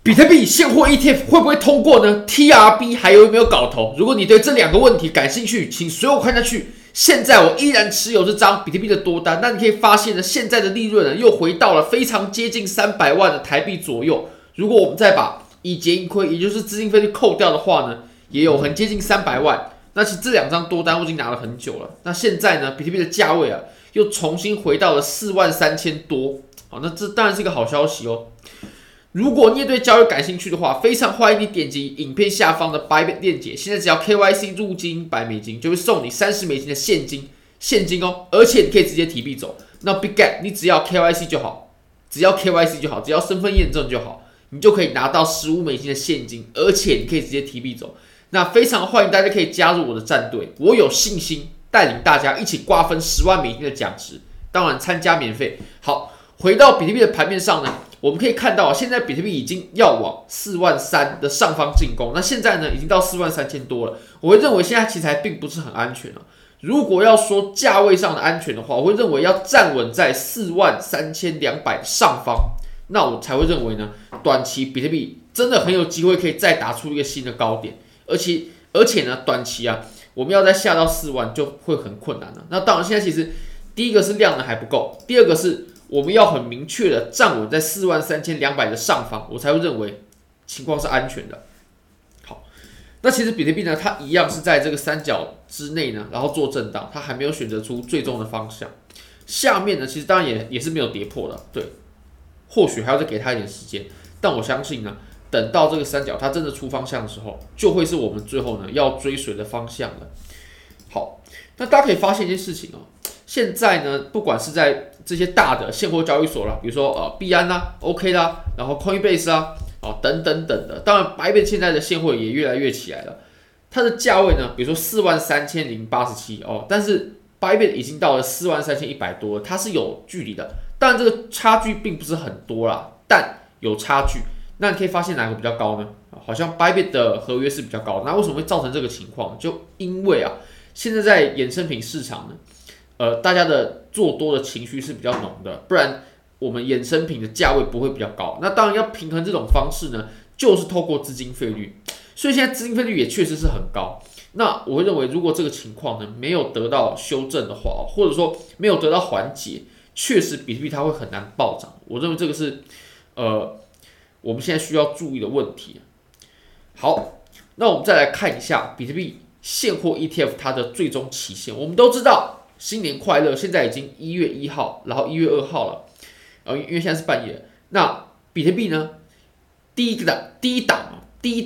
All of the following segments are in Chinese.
比特币现货 ETF 会不会通过呢 ？TRB 还有没有搞头？如果你对这2个问题感兴趣，请随我看下去。现在我依然持有这张比特币的多单，那你可以发现呢，现在的利润呢又回到了非常接近300万的台币左右。如果我们再把以结盈亏，也就是资金费率扣掉的话呢，也有很接近300万。那其实这2张多单我已经拿了很久了。那现在呢，比特币的价位啊又重新回到了43000多。好，那这当然是一个好消息哦。如果你也对交易感兴趣的话，非常欢迎你点击影片下方的 Bybit 链接。现在只要 KYC 入金$100，就会送你$30的现金哦，而且你可以直接提币走。那 Big Gap 你只要 KYC 就好，只要身份验证就好，你就可以拿到$15的现金，而且你可以直接提币走。那非常欢迎大家可以加入我的战队，我有信心带领大家一起瓜分$10万的奖值，当然参加免费。好，回到比特币的盘面上呢。我们可以看到，现在比特币已经要往43000的上方进攻。那现在呢，已经到43000多了。我会认为现在其实还并不是很安全。如果要说价位上的安全的话，我会认为要站稳在43200的上方，那我才会认为呢，短期比特币真的很有机会可以再打出一个新的高点。而且呢，短期啊，我们要再下到4万就会很困难了。那当然，现在其实第一个是量呢还不够，第二个是。我们要很明确的站稳在43200的上方，我才会认为情况是安全的。好，那其实比特币呢，它一样是在这个三角之内呢，然后做震荡，它还没有选择出最终的方向。下面呢，其实当然也是没有跌破的，对，或许还要再给它一点时间，但我相信呢，等到这个三角它真的出方向的时候，就会是我们最后呢要追随的方向了。好，那大家可以发现一件事情哦。现在呢，不管是在这些大的现货交易所啦，比如说币安啦、OK 啦，然后 Coinbase 啦，等等等的，当然Bybit现在的现货也越来越起来了。它的价位呢，比如说43087哦，但是 Bybit 已经到了43100多了，它是有距离的。当然这个差距并不是很多啦，但有差距。那你可以发现哪个比较高呢？好像 Bybit 的合约是比较高的。那为什么会造成这个情况？就因为现在在衍生品市场呢。大家的做多的情绪是比较浓的，不然我们衍生品的价位不会比较高。那当然要平衡这种方式呢，就是透过资金费率。所以现在资金费率也确实是很高。那我会认为，如果这个情况呢没有得到修正的话，或者说没有得到缓解，确实比特币它会很难暴涨。我认为这个是我们现在需要注意的问题。好，那我们再来看一下比特币现货 ETF 它的最终期限。我们都知道。新年快乐！现在已经1月1号，然后1月2号了，因为现在是半夜。那比特币呢？第一档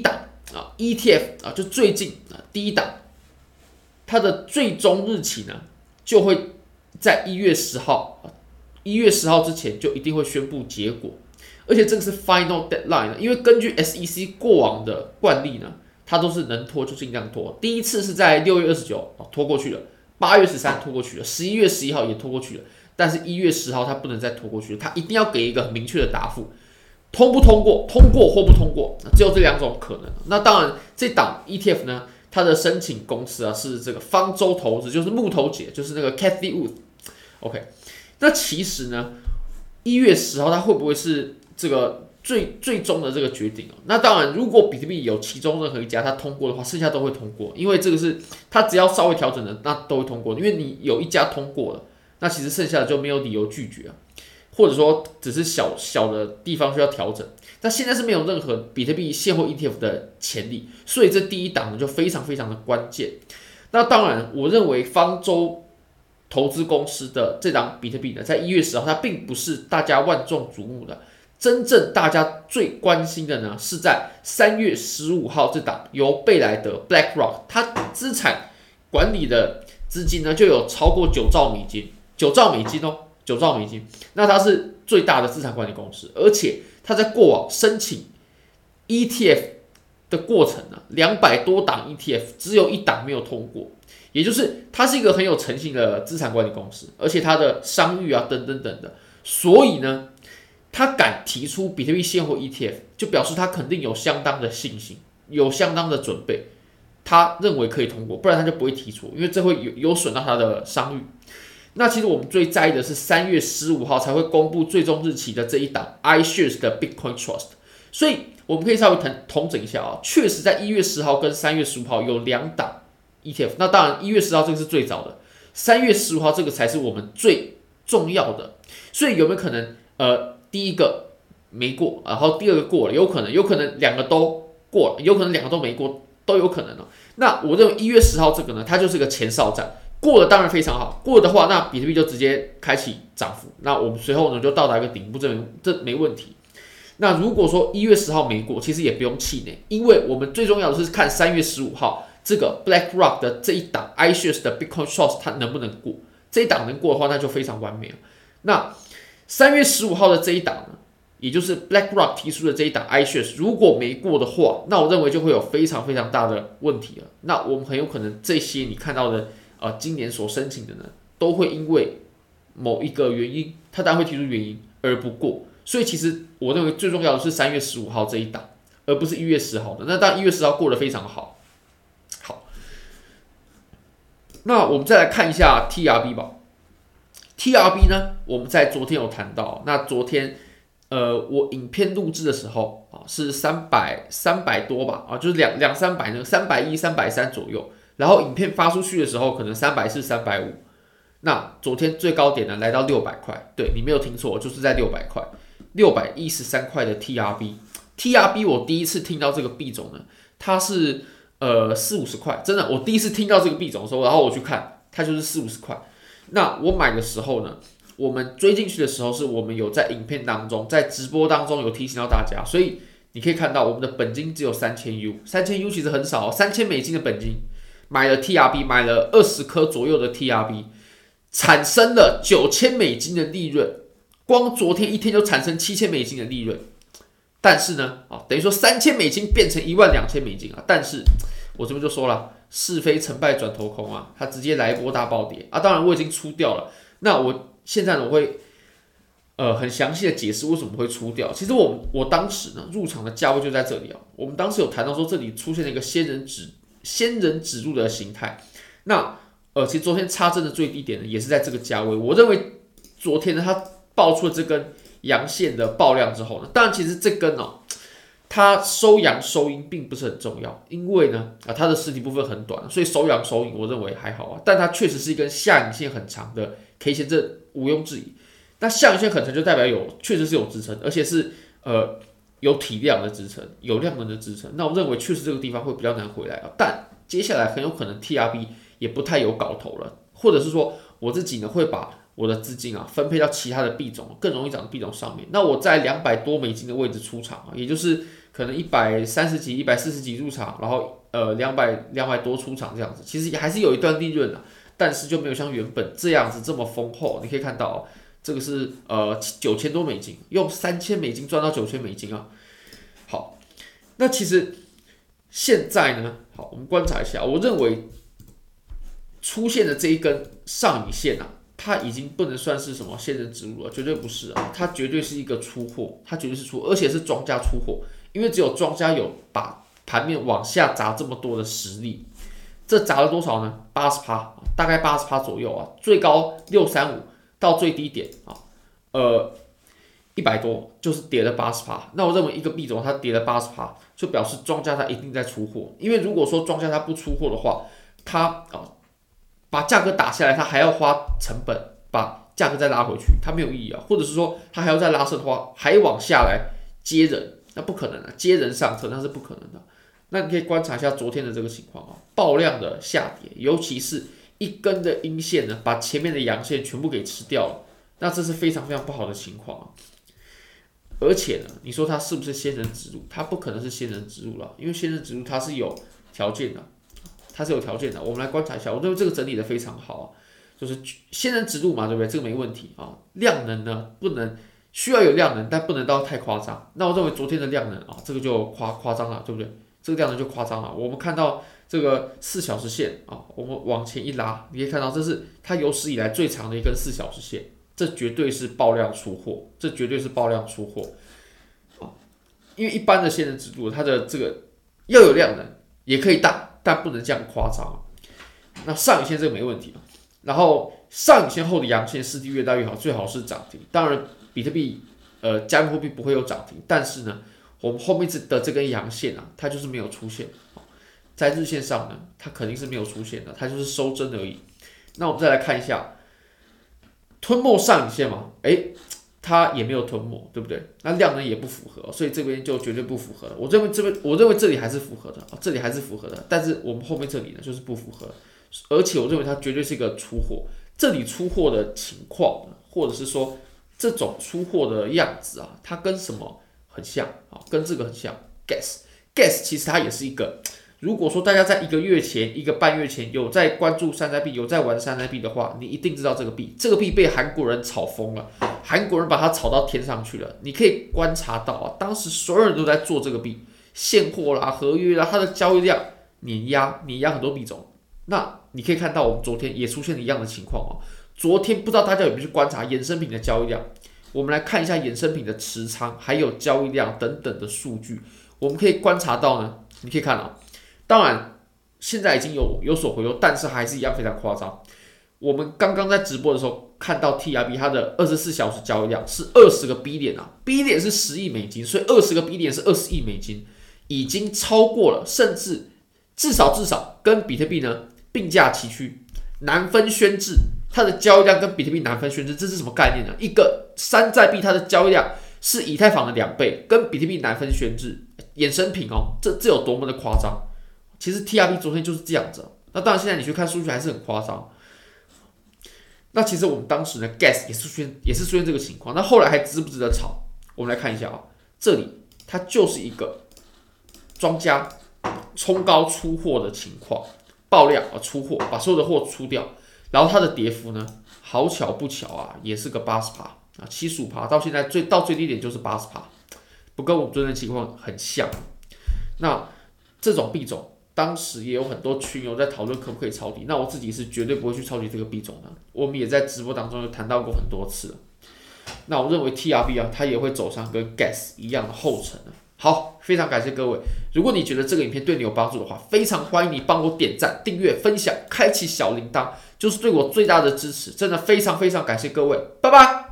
ETF 就最近第一档，它的最终日期呢，就会在1月10号，1月10号之前就一定会宣布结果，而且这个是 final deadline 因为根据 SEC 过往的惯例呢，它都是能拖就尽量拖。第一次是在6月29拖过去了。8月13拖过去了，11月11号也拖过去了，但是1月10号它不能再拖过去了，它一定要给一个很明确的答复，通不通过，通过或不通过，只有这2种可能。那当然，这档 ETF 呢，它的申请公司是这个方舟投资，就是木头姐，就是那个 Cathy Wood。OK， 那其实呢，1月10号它会不会是这个最终的这个决定？那当然，如果比特币有其中任何一家它通过的话，剩下都会通过，因为这个是它只要稍微调整的，那都会通过。因为你有一家通过了，那其实剩下的就没有理由拒绝或者说只是小的地方需要调整。那现在是没有任何比特币现货 ETF 的潜力，所以这第一档呢就非常非常的关键。那当然，我认为方舟投资公司的这档比特币呢，在1月10号它并不是大家万众瞩目的。真正大家最关心的呢，是在3月15号这档由贝莱德 BlackRock 它资产管理的资金呢，就有超过9兆美金，9兆美金哦，9兆美金。那它是最大的资产管理公司，而且它在过往申请 ETF 的过程呢，200多档 ETF 只有1档没有通过，也就是它是一个很有诚信的资产管理公司，而且它的商誉等等等的，所以呢。他敢提出比特币现货 ETF， 就表示他肯定有相当的信心，有相当的准备，他认为可以通过，不然他就不会提出，因为这会有损到他的商誉。那其实我们最在意的是3月15号才会公布最终日期的这一档 iShares 的 Bitcoin Trust， 所以我们可以稍微统整一下啊，确实在1月10号跟3月15号有2档 ETF， 那当然1月10号这个是最早的，3月15号这个才是我们最重要的。所以有没有可能第一个没过，然后第二个过了，有可能两个都过了，有可能两个都没过，都有可能哦。那我认为1月10号这个呢，它就是个前哨战，过了当然非常好，过了的话，那比特币就直接开启涨幅，那我们随后呢就到达一个顶部，这没问题。那如果说1月10号没过，其实也不用气馁，因为我们最重要的是看3月15号这个 BlackRock 的这一档 iShares 的 Bitcoin Shorts 它能不能过，这一档能过的话，那就非常完美了。那3月15号的这一档呢？也就是 BlackRock 提出的这一档 iShares， 如果没过的话，那我认为就会有非常非常大的问题了。那我们很有可能这些你看到的今年所申请的呢，都会因为某一个原因，它当然会提出原因而不过。所以其实我认为最重要的是3月15号这一档，而不是1月10号的。那当然1月10号过得非常好。好，那我们再来看一下 TRB 吧。TRB 呢，我们在昨天有谈到，那昨天。我影片录制的时候啊，是300多吧，啊，就是两三百那个310、330左右。然后影片发出去的时候，可能340、350。那昨天最高点呢，来到600块，对你没有听错，就是在600块，613块的 TRB。TRB 我第一次听到这个币种呢，它是40-50块，真的，我第一次听到这个币种的时候，然后我去看，它就是40-50块。那我买的时候呢？我们追进去的时候，是我们有在影片当中、在直播当中有提醒到大家，所以你可以看到我们的本金只有3000U，3000U 其实很少，$3000的本金买了 TRB， 买了20颗左右的 TRB， 产生了$9000的利润，光昨天一天就产生$7000的利润。但是呢，等于说$3000变成12000啊，但是我这边就说了，是非成败转头空啊，它直接来一波大暴跌啊，当然我已经出掉了，那现在呢，我会很详细的解释为什么会出掉。其实我当时呢入场的价位就在这里啊。我们当时有谈到说这里出现了一个仙人指入的形态。那其实昨天插针的最低点呢也是在这个价位。我认为昨天呢它爆出了这根阳线的爆量之后呢，当然其实这根它收阳收阴并不是很重要，因为呢它的实体部分很短，所以收阳收阴我认为还好啊。但它确实是一根下影线很长的 K 线，这毋庸置疑。那下影线很长就代表确实是有支撑，而且是有体量的支撑，有量能的支撑。那我认为确实这个地方会比较难回来啊。但接下来很有可能 TRB 也不太有搞头了，或者是说我自己呢会把我的资金分配到其他的币种更容易涨的币种上面。那我在$200多的位置出场也就是可能130几、140几入场，然后200多出场这样子，其实还是有一段利润的。但是就没有像原本这样子这么丰厚。你可以看到这个是$9000多，用$3000赚到$9000啊。好，那其实现在呢，好，我们观察一下，我认为出现的这一根上影线它已经不能算是什么仙人指路了，绝对不是啊，它绝对是一个出货，它绝对是出货，而且是庄家出货，因为只有庄家有把盘面往下砸这么多的实力。这砸了多少呢？80%，大概80%左右啊，最高635到最低点100多，就是跌了80%。那我认为一个币种它跌了80%，就表示庄家它一定在出货。因为如果说庄家它不出货的话，它把价格打下来，它还要花成本把价格再拉回去，它没有意义啊。或者是说它还要再拉升的话，还往下来接人，那不可能的，接人上车那是不可能的。那你可以观察一下昨天的这个情况爆量的下跌，尤其是一根的阴线呢，把前面的阳线全部给吃掉了，那这是非常非常不好的情况而且呢，你说它是不是仙人指路？它不可能是仙人指路了，因为仙人指路它是有条件的，我们来观察一下，我认为这个整理的非常好就是仙人指路嘛，对不对？这个没问题量能呢需要有量能，但不能到太夸张。那我认为昨天的量能这个就夸张了，对不对？这个量能就夸张了。我们看到这个4小时线我们往前一拉，你可以看到这是它有史以来最长的一根4小时线，这绝对是爆量出货，因为一般的仙人指路，它的这个要有量能，也可以大，但不能这样夸张那上影线这个没问题然后上影线后的阳线实体越大越好，最好是涨停。当然，比特币加密货币不会有涨停，但是呢， 我们后面的这根阳线啊，它就是没有出现。在日线上呢，它肯定是没有出现的，它就是收针而已。那我们再来看一下吞没上影线嘛，它也没有吞没，对不对？那量能也不符合，所以这边就绝对不符合了。我认为这里还是符合的，这里还是符合的，但是我们后面这里呢就是不符合，而且我认为它绝对是一个出货。这里出货的情况，或者是说这种出货的样子啊，它跟什么很像啊？跟这个很像 ，gas 其实它也是一个。如果说大家在1个月前、1个半月前有在关注山寨币、有在玩山寨币的话，你一定知道这个币。这个币被韩国人炒疯了，韩国人把它炒到天上去了。你可以观察到啊，当时所有人都在做这个币，现货啦、合约啦，它的交易量碾压很多币种。那你可以看到，我们昨天也出现了一样的情况哦。昨天不知道大家有没有去观察衍生品的交易量？我们来看一下衍生品的持仓还有交易量等等的数据。我们可以观察到呢，你可以看到。当然，现在已经有所回落，但是还是一样非常夸张。我们刚刚在直播的时候看到 TRB 它的24小时交易量是20个 B 点啊 ，B 点是10亿美金，所以20个 B 点是20亿美金，已经超过了，甚至至少跟比特币呢并驾齐驱，难分轩轾。它的交易量跟比特币难分轩轾，这是什么概念呢？一个山寨币它的交易量是以太坊的2倍，跟比特币难分轩轾。衍生品哦，这有多么的夸张？其实 TRB 昨天就是这样子，那当然现在你去看数据还是很夸张。那其实我们当时呢 ，gas 也是出现这个情况，那后来还值不值得炒？我们来看一下啊，这里它就是一个庄家冲高出货的情况，爆量啊出货，把所有的货出掉，然后它的跌幅呢，好巧不巧啊，也是个80%啊，75%，到现在到最低点就是80%，不跟我们昨天的情况很像。那这种币种。当时也有很多群友在讨论可不可以抄底，那我自己是绝对不会去抄底这个币种的。我们也在直播当中有谈到过很多次了。那我认为 TRB 啊，它也会走上跟 Gas 一样的后尘。好，非常感谢各位。如果你觉得这个影片对你有帮助的话，非常欢迎你帮我点赞、订阅、分享、开启小铃铛，就是对我最大的支持。真的非常感谢各位，拜拜。